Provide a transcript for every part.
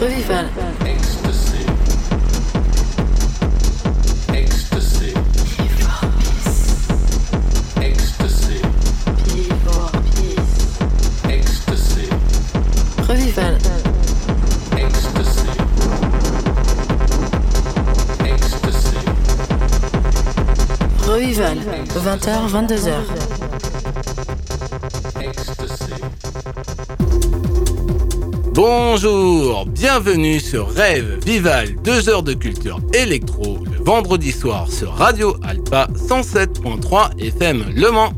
Revival. Ecstasy. Ecstasy. Ecstasy. Ecstasy. Revival. Ecstasy. Ecstasy. Revival. 20h, 22h. Ecstasy. Bonjour, bienvenue sur Rêve Vival, 2 heures de culture électro, le vendredi soir sur Radio Alpa 107.3 FM Le Mans.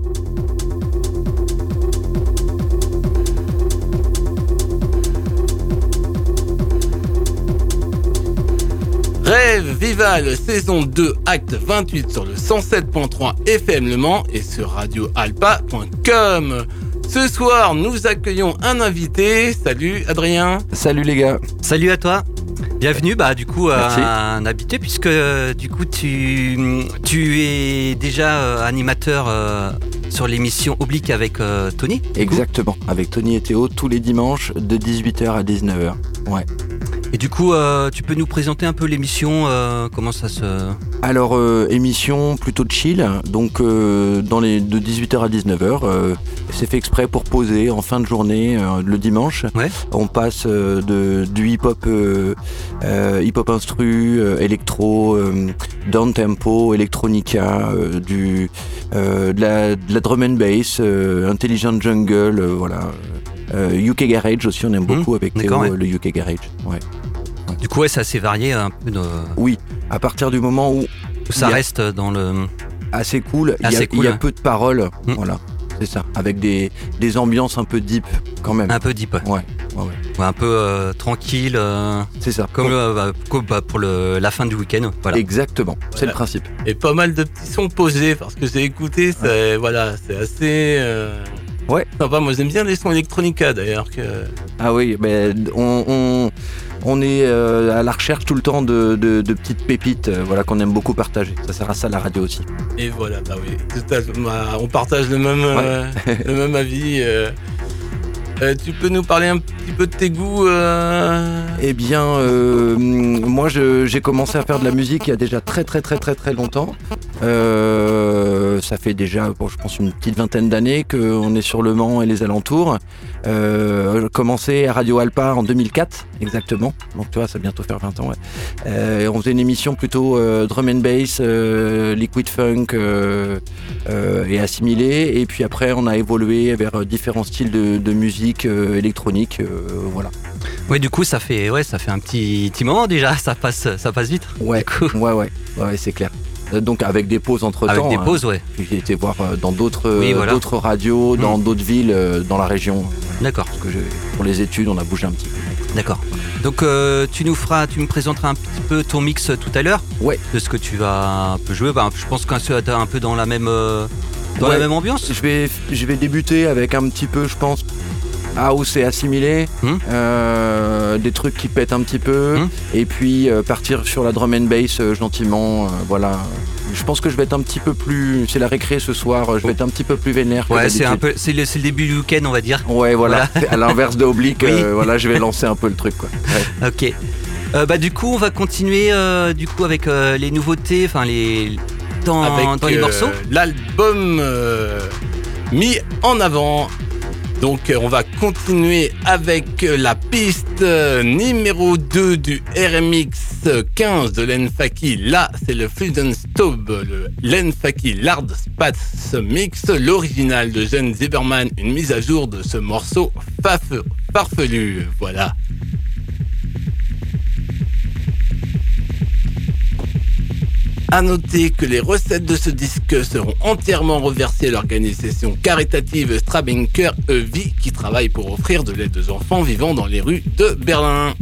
Rêve Vival, saison 2, acte 28 sur le 107.3 FM Le Mans et sur radioalpa.com. Ce soir, nous accueillons un invité. Salut Adrien. Salut les gars. Salut à toi. Bienvenue, Merci. un habitué puisque du coup tu es déjà animateur sur l'émission Oblique avec Tony. Exactement, avec Tony et Théo tous les dimanches de 18h à 19h. Ouais. Et du coup, tu peux nous présenter un peu l'émission, comment ça se... Alors, émission plutôt chill, donc de 18h à 19h. C'est fait exprès pour poser en fin de journée le dimanche. Ouais. On passe du hip-hop, hip-hop instru, électro, down tempo, electronica, de la drum and bass, intelligent jungle, voilà. UK Garage aussi, on aime beaucoup avec Théo, ouais. le UK Garage. Ouais. Du coup, ouais, c'est assez varié, un peu Oui, à partir du moment où ça reste dans le... assez cool, il y a peu de paroles, voilà, c'est ça, avec des ambiances un peu deep quand même. Un peu deep. Ouais. Ouais, un peu tranquille. C'est ça. Comme pour la fin du week-end. Voilà. Exactement, c'est le principe. Et pas mal de petits sons posés parce que j'ai écouté, c'est, voilà, c'est assez... Ouais. Sympa, moi j'aime bien les sons electronica d'ailleurs. Ah oui, ben on est à la recherche tout le temps de petites pépites, voilà, qu'on aime beaucoup partager. Ça sert à ça la radio aussi. Et voilà, bah oui, on partage le même, le même avis. Tu peux nous parler un petit peu de tes goûts Eh bien, moi j'ai commencé à faire de la musique il y a déjà très longtemps. Ça fait déjà, je pense, une petite vingtaine d'années qu'on est sur Le Mans et les alentours. J'ai commencé à Radio Alpa en 2004, exactement. Donc tu vois, ça va bientôt faire 20 ans. Ouais. On faisait une émission plutôt drum and bass, liquid funk et assimilé. Et puis après, on a évolué vers différents styles de musique électronique. Voilà. Ouais, du coup, ça fait un petit moment déjà. Ça passe vite. Ouais, ouais, c'est clair. Donc avec des pauses entre temps. Avec des pauses, ouais. J'ai été voir dans d'autres radios, dans d'autres villes, dans la région. D'accord. Parce que pour les études, on a bougé un petit peu. D'accord. Donc tu me présenteras un petit peu ton mix tout à l'heure. Ouais. De ce que tu vas un peu jouer. Bah, je pense que c'est un peu dans la même la même ambiance. Je vais débuter avec un petit peu, je pense, house et assimilé, des trucs qui pètent un petit peu, et puis partir sur la drum and bass gentiment, voilà. Je pense que je vais être un petit peu plus... C'est la récré ce soir, je vais être un petit peu plus vénère que d'habitude. C'est le début du week-end, on va dire. Ouais, voilà. À l'inverse de Oblique, Oui. voilà, je vais lancer un peu le truc, quoi. Ouais. Ok. Du coup, on va continuer avec les nouveautés, enfin dans les morceaux. L'album mis en avant. Donc on va continuer avec la piste numéro 2 du RMX 15 de Len Faki. Là, c'est le Freedom Stove, le Len Faki Lard Spatz Mix, l'original de Jen Zimmerman, une mise à jour de ce morceau farfelu. Voilà. A noter que les recettes de ce disque seront entièrement reversées à l'organisation caritative Strabenker EV qui travaille pour offrir de l'aide aux enfants vivant dans les rues de Berlin.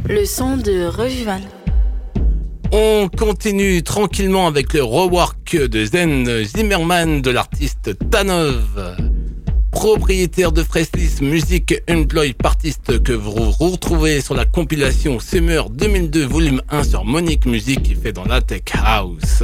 Le son de Revival. On continue tranquillement avec le rework de Zen Zimmerman de l'artiste Tanov. Propriétaire de Freshless Music Employed Artist que vous retrouvez sur la compilation Summer 2002 volume 1 sur Monique Music qui fait dans la Tech House.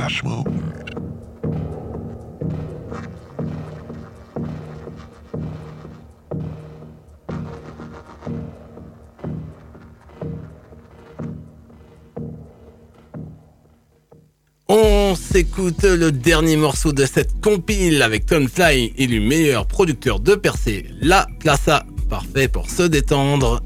International. On s'écoute le dernier morceau de cette compile avec Tonfly, élu meilleur producteur de percée, La Plaza, parfait pour se détendre.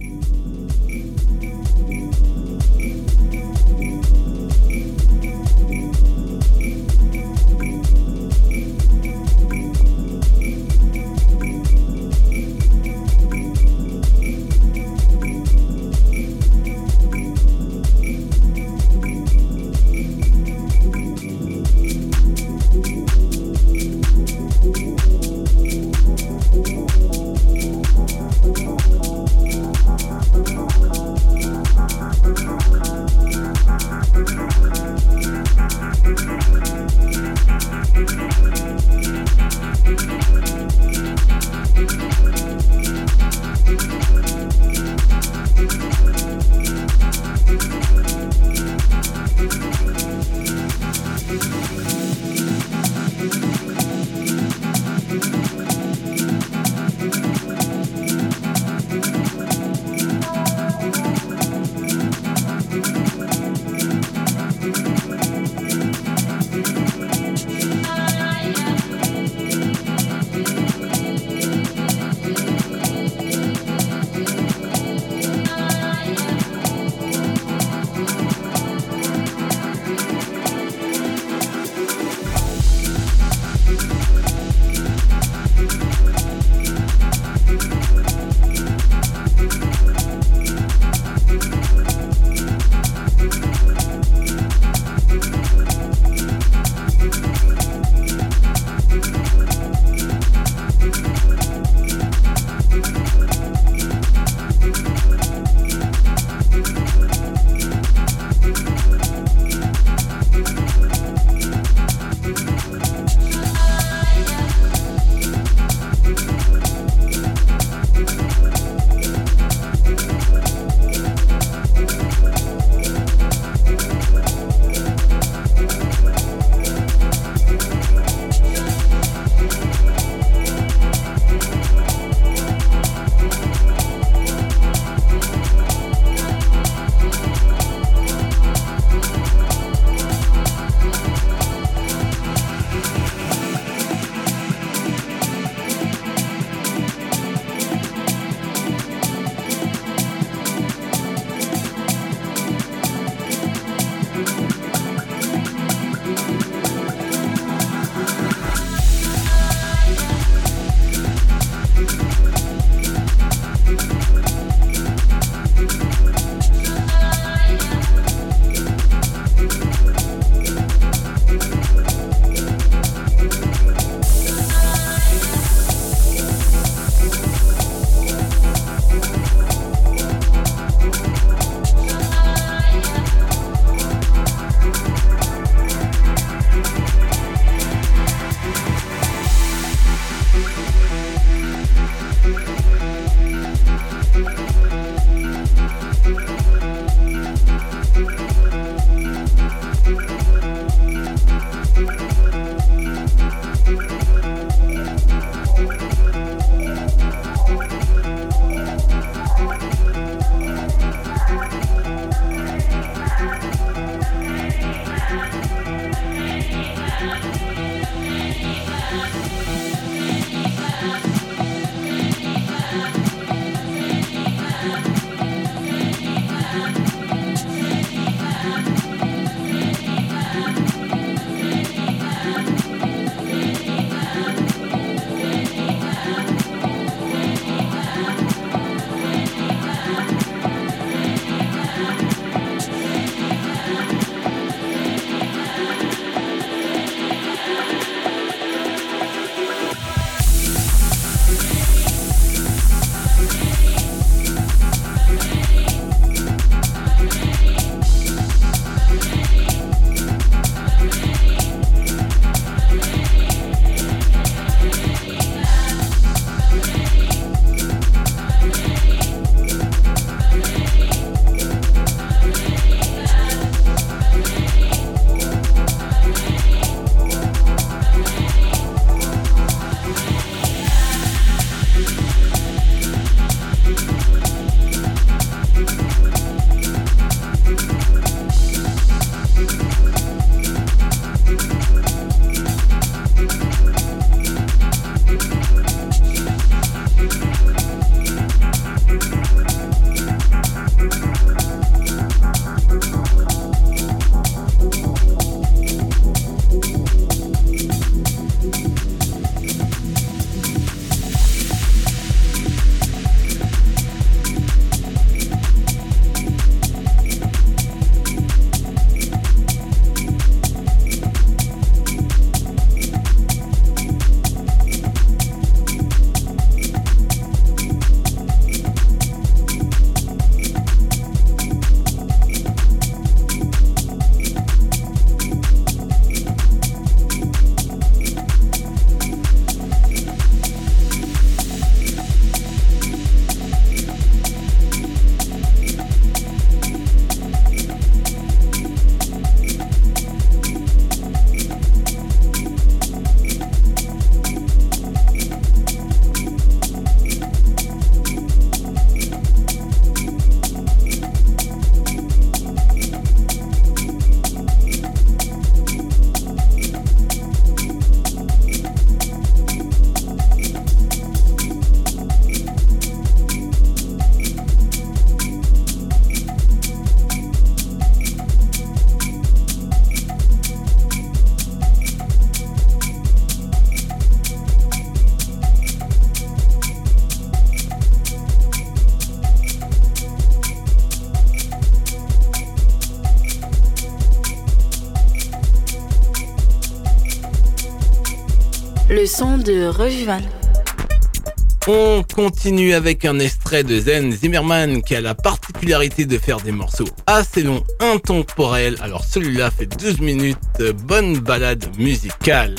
Le son de Revival. On continue avec un extrait de Zen Zimmerman qui a la particularité de faire des morceaux assez longs, intemporels. Alors celui-là fait 12 minutes, bonne balade musicale.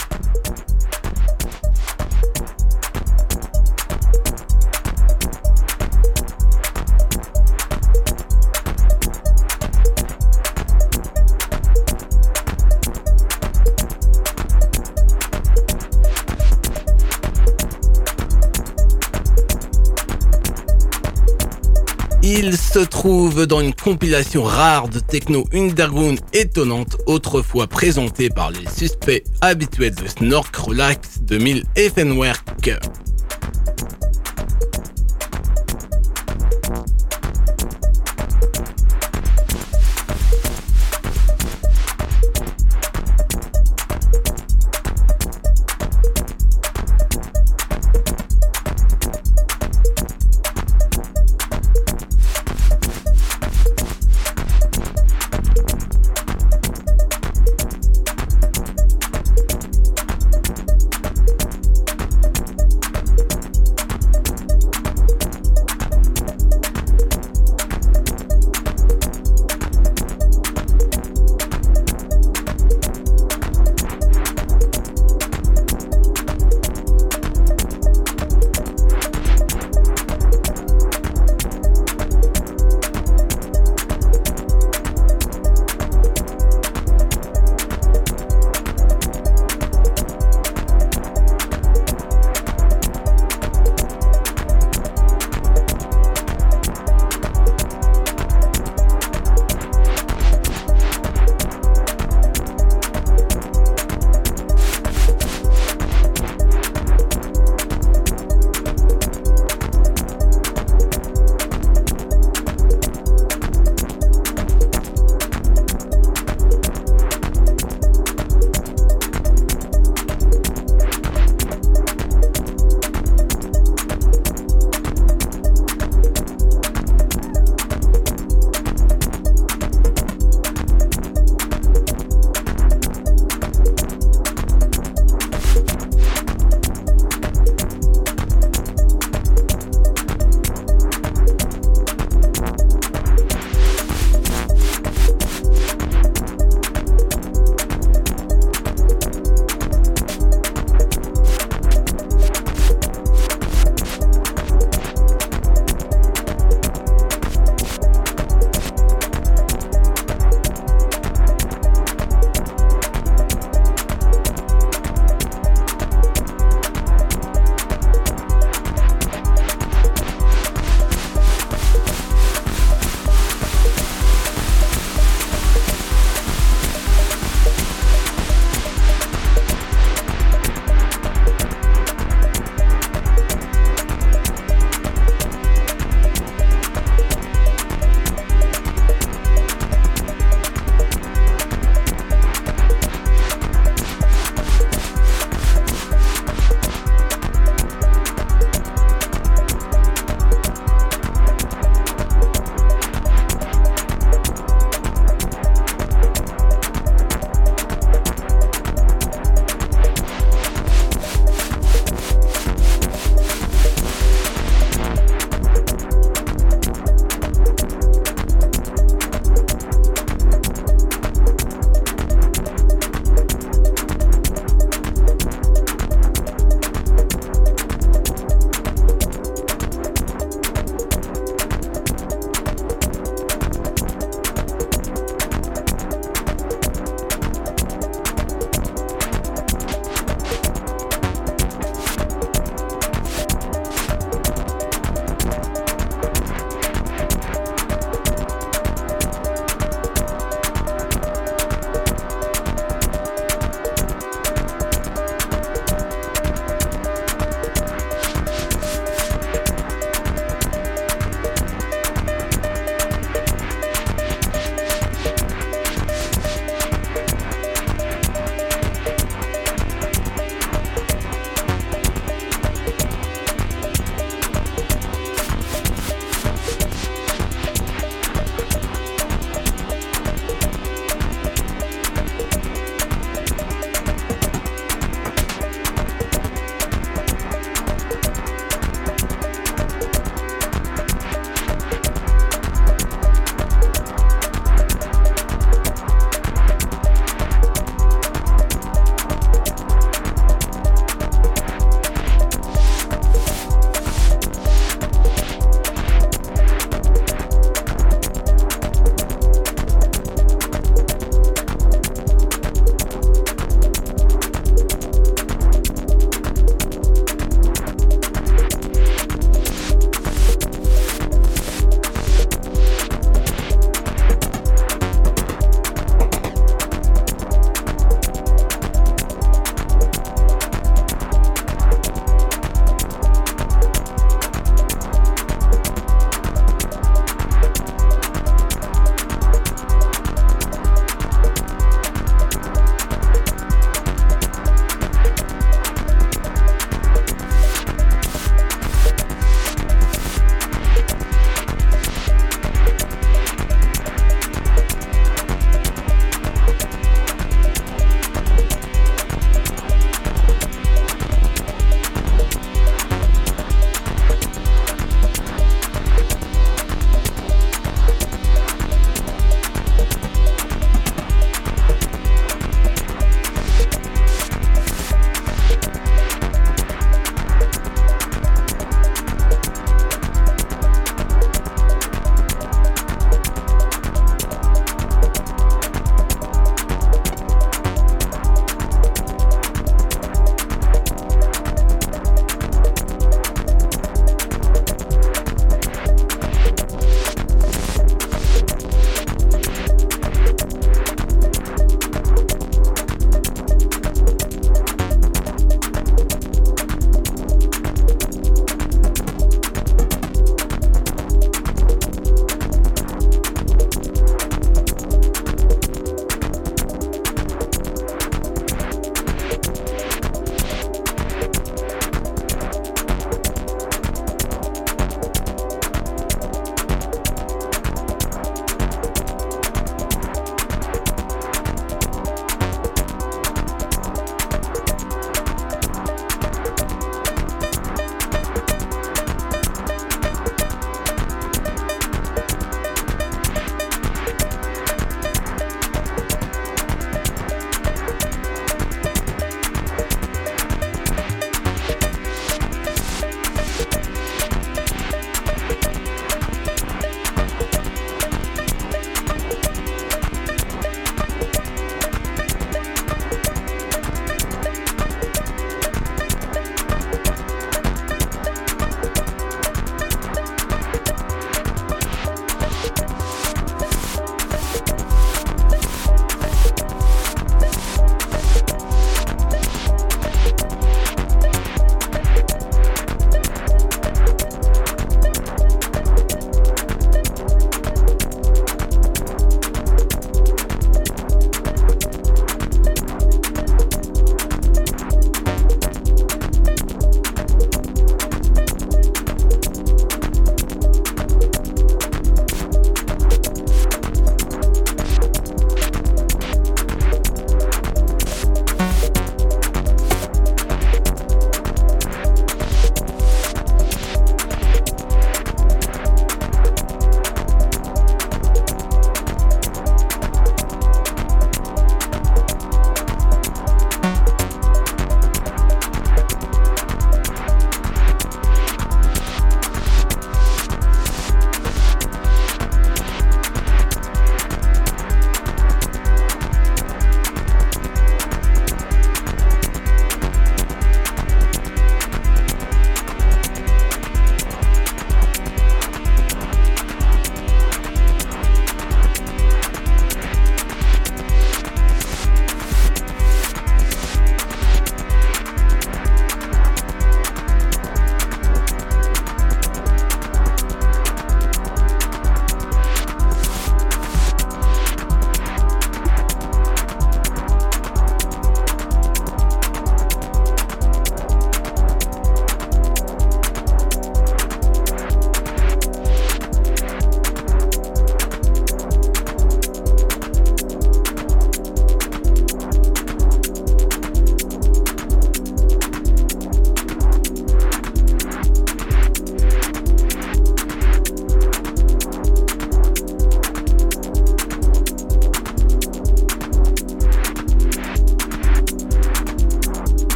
Il se trouve dans une compilation rare de techno underground étonnante, autrefois présentée par les suspects habituels de Snork Relax 2000 Effenwerk.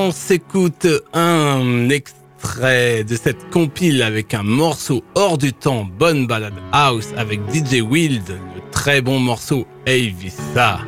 on s'écoute un extrait de cette compile avec un morceau hors du temps, Bonne Balade House avec DJ Wild, le très bon morceau Hey Vissa.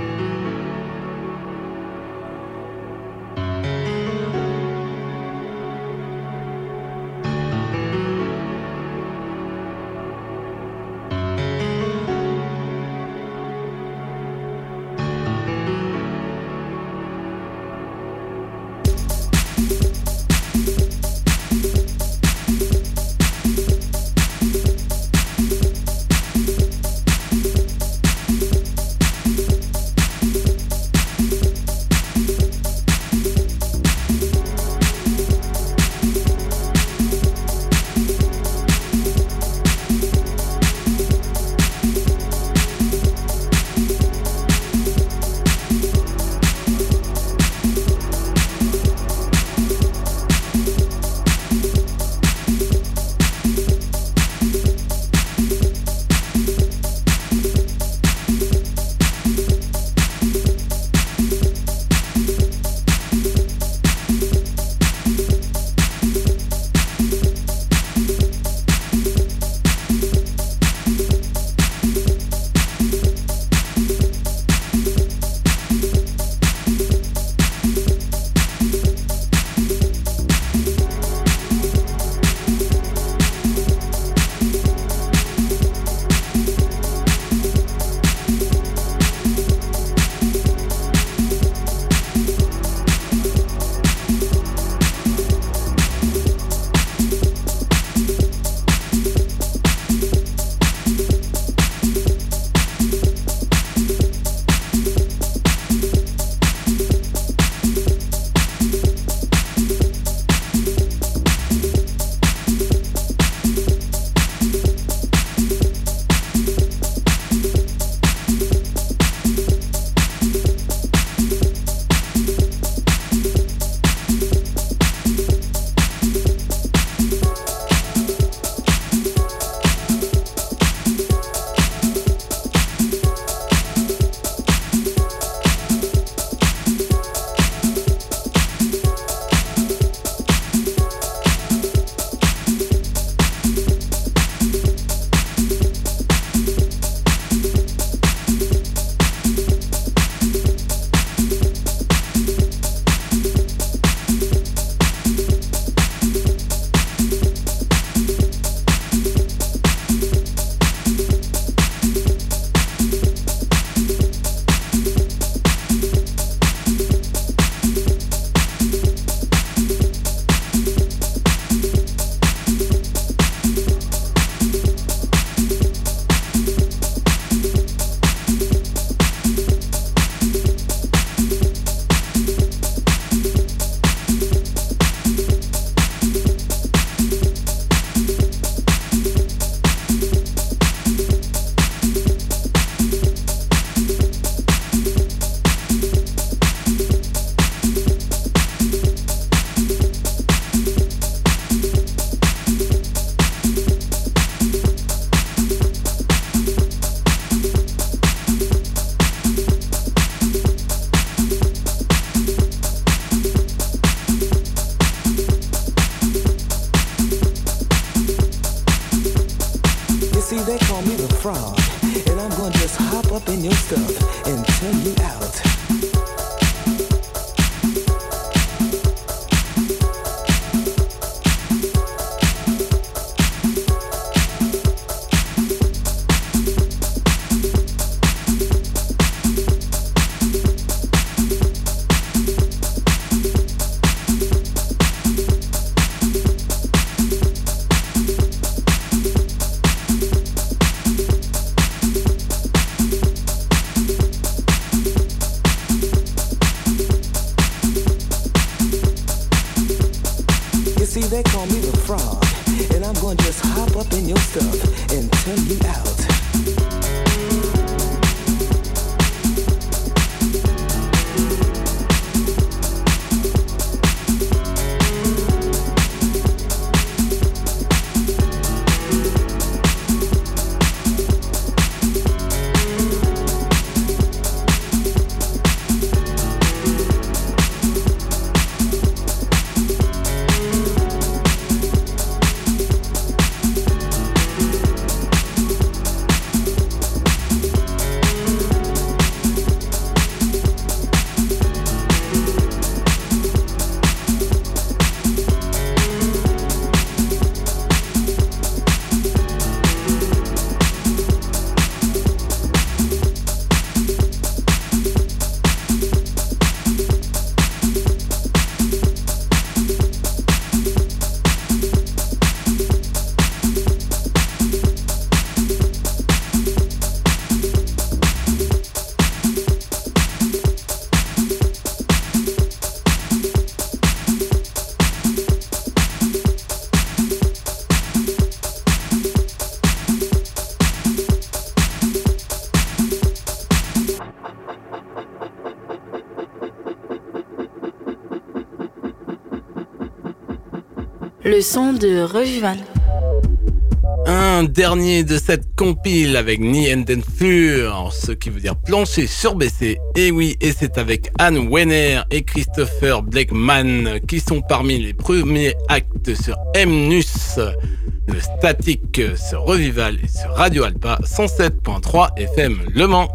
le son de Revival. Un dernier de cette compile avec Knee and Fur, ce qui veut dire plancher surbaissé. Et oui, et c'est avec Anne Wenner et Christopher Blackman qui sont parmi les premiers actes sur Mnus, le statique sur Revival et sur Radio Alpa 107.3 FM Le Mans.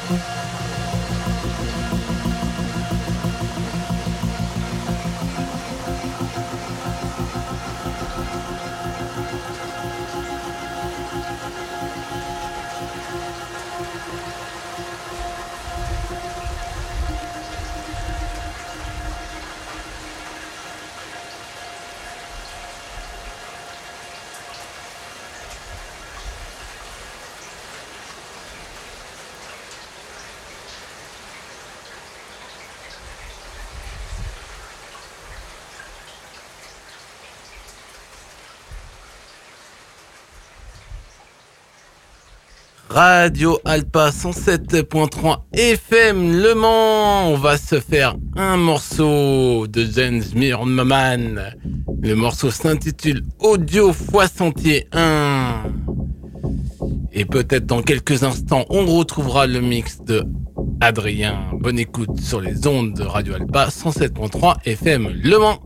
Radio Alpa 107.3 FM Le Mans. On va se faire un morceau de Jens Mirman. Le morceau s'intitule Audio fois Sentier 1. Et peut-être dans quelques instants, on retrouvera le mix de Adrien. Bonne écoute sur les ondes de Radio Alpa 107.3 FM Le Mans.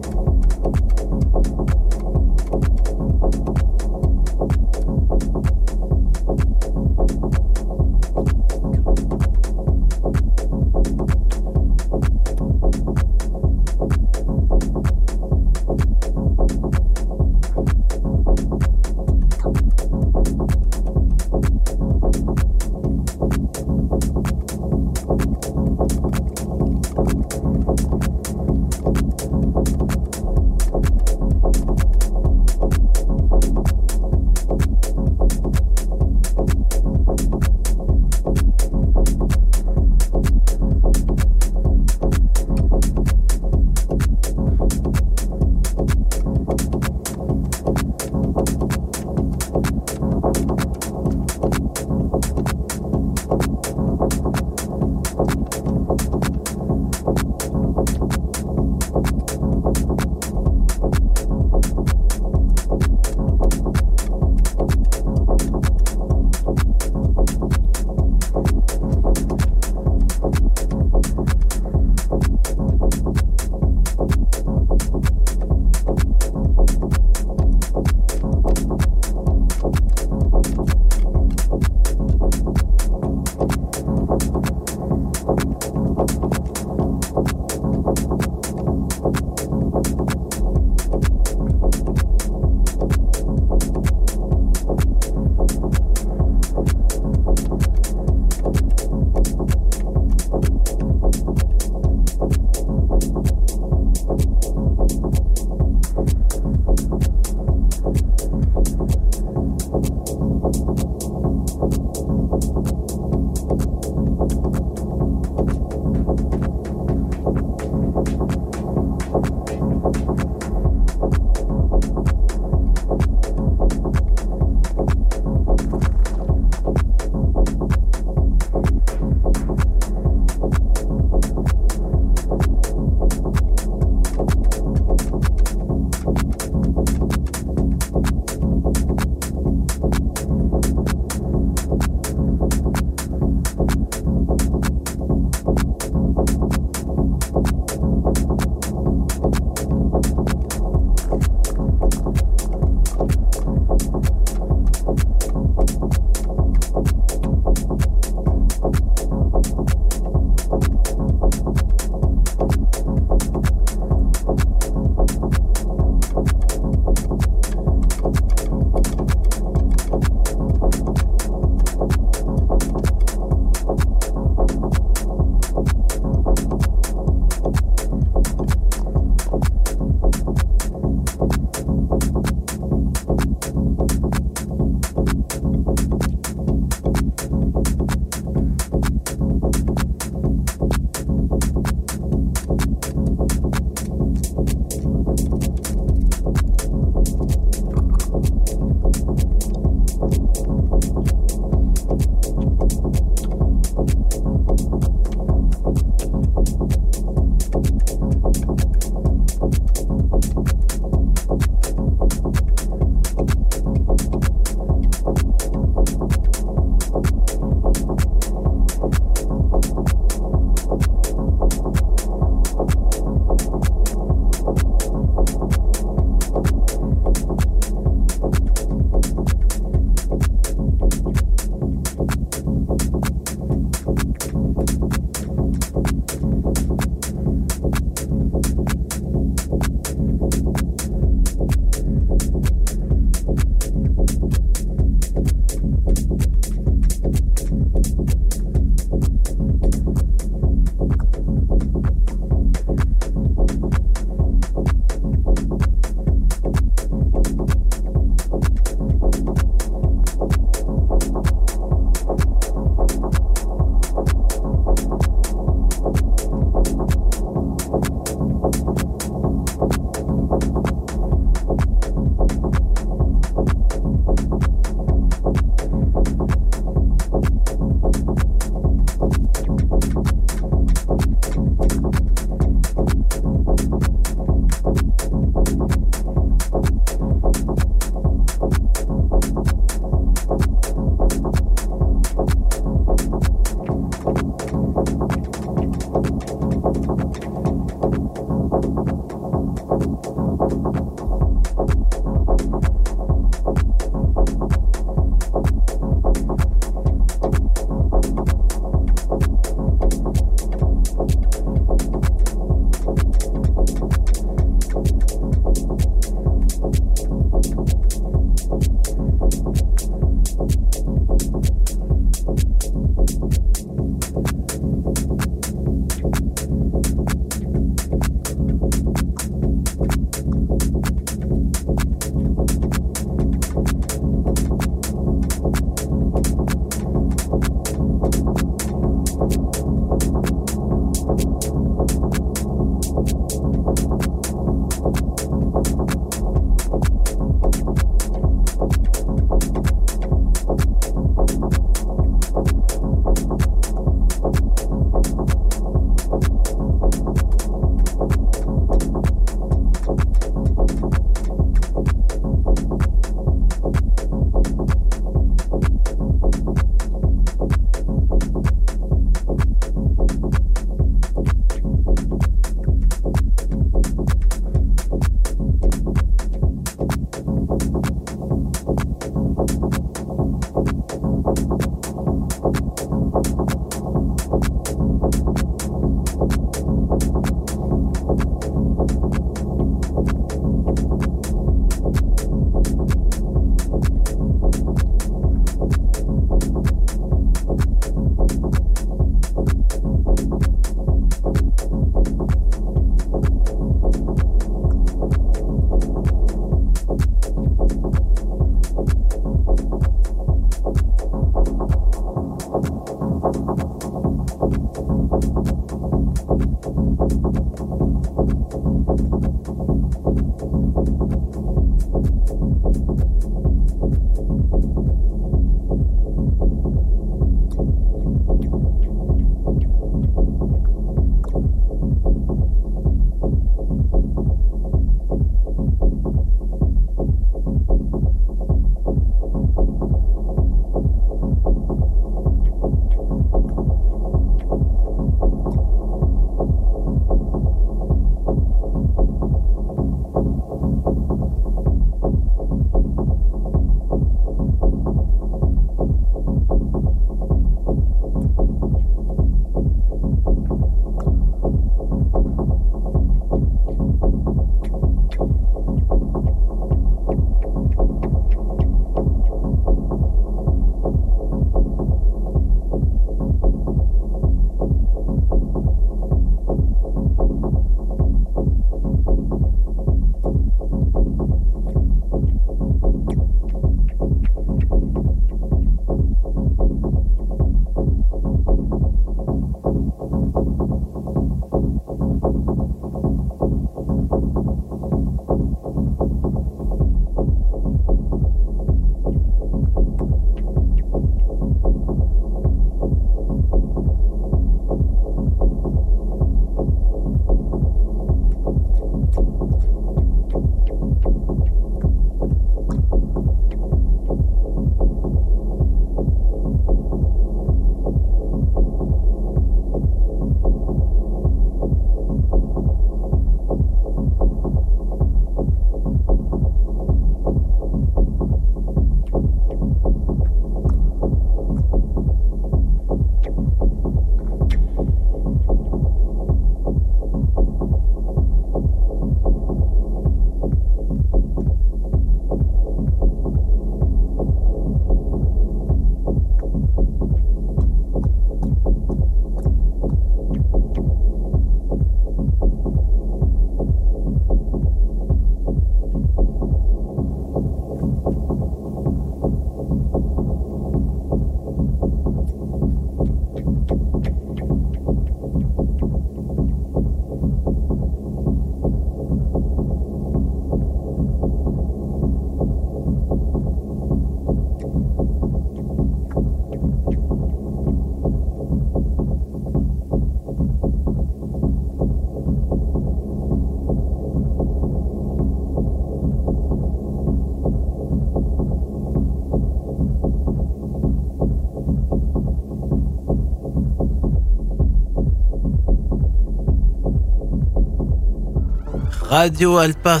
Radio Alpa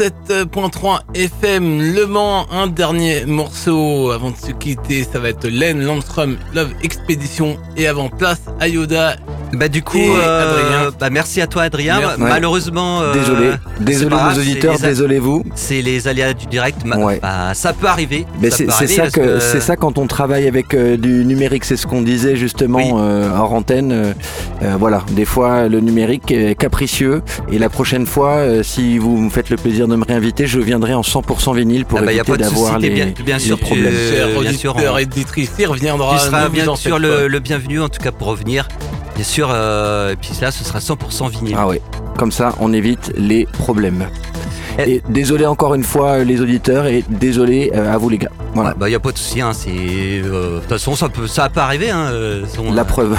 107.3 FM Le Mans, un dernier morceau avant de se quitter, ça va être Len Landstrom, Love Expedition, et avant place à Yoda. Bah du coup, Adrien. merci à toi Adrien. Merci. Malheureusement, désolé pas grave, nos auditeurs, désolé vous. C'est les aléas du direct. Ouais. Ça peut arriver. Mais c'est ça quand on travaille avec du numérique, c'est ce qu'on disait justement Oui. hors antenne. Voilà, des fois le numérique est capricieux, et la prochaine fois, si vous me faites le plaisir de me réinviter, je viendrai en 100% vinyle pour y a éviter pas de d'avoir souci, les bien sûr, les problèmes. Cher bien sûr, auditeur et éditrice, il reviendra. Tu seras nous bien dans sûr cette fois. le bienvenu en tout cas pour revenir. Bien sûr, et puis là ce sera 100% vinyle. Ah ouais, comme ça on évite les problèmes. Et- Et désolé encore une fois les auditeurs, et désolé à vous les gars. Voilà, Ouais, bah y a pas de souci, hein, de toute façon ça peut arriver. Hein, la preuve.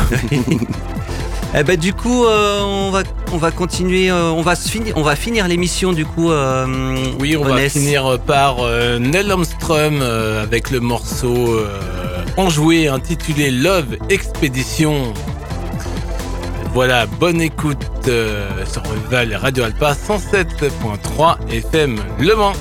Eh ben du coup, on va continuer, on va finir l'émission du coup. Oui, on va Onès. finir par Neil Armstrong avec le morceau enjoué intitulé Love Expedition. Voilà, bonne écoute sur Revival et Radio Alpa 107.3 FM Le Mans.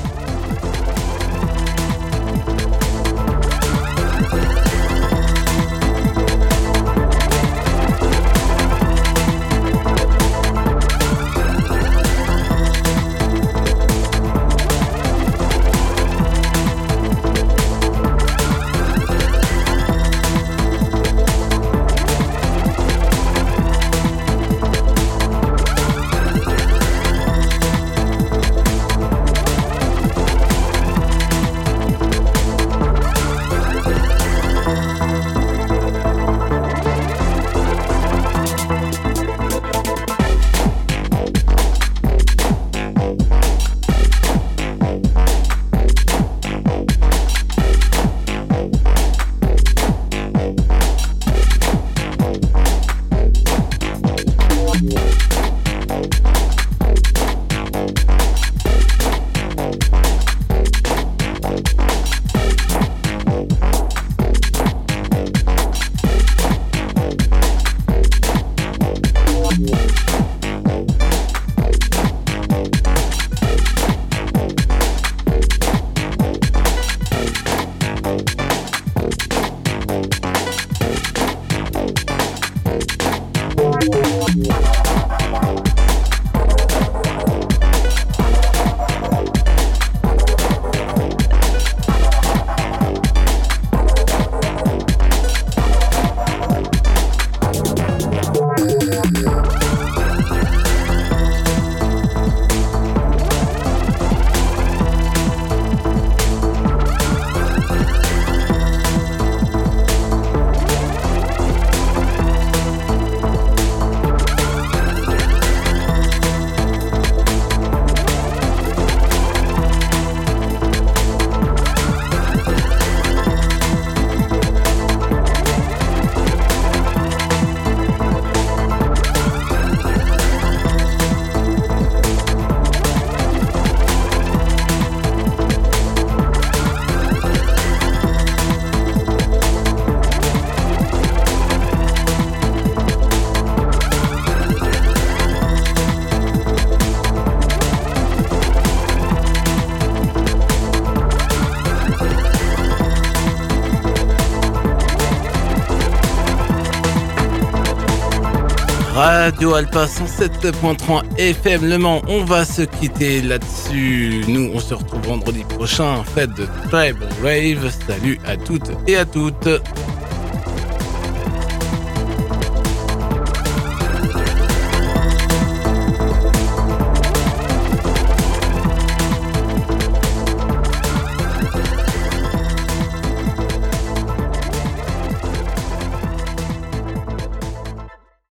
Radio Alpa 107.3 FM Le Mans. On va se quitter là-dessus. Nous, on se retrouve vendredi prochain. Faites de très bons raves. Salut à toutes et à toutes.